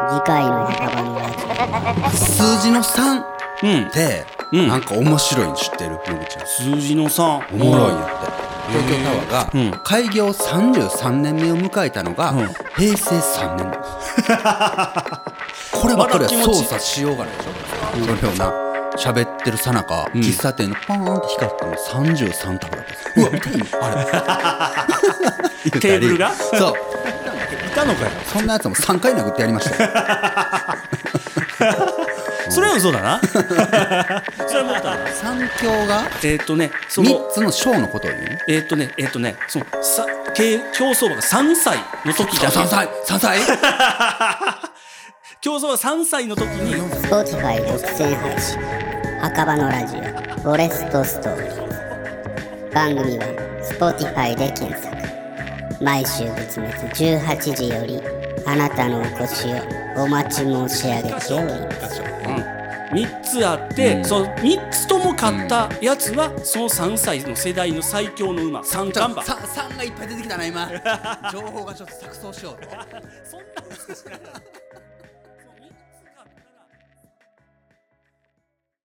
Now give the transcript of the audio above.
次回の墓場のラジ数字の3って、なんか面白いの知ってる？野口は数字の3 おもろいんやって。東京タワーが開業33年目を迎えたのが平成3年だ。こればっかりは操作しようがないでしょ。それをな喋ってるさなか喫茶店のパーンって光っても33束だった。うわ見たいのあれテーブルがそういたのかよ。 そんなやつも3回殴ってやりましたよ。 それは嘘だな。それはもったな。 三強がその 3つの章のことを言う。 その競走馬が3歳の時だけ。 3歳競走馬3歳の時に Spotify 独占配信墓場のラジオフォレストストーリー。番組は Spotify で検索。毎週月末18時よりあなたのお越しをお待ち申し上げております。 3つあって、その3つとも勝ったやつはその3歳の世代の最強の馬三冠馬。 3がいっぱい出てきたな今。情報がちょっと錯綜しようと。 そんな難しくない。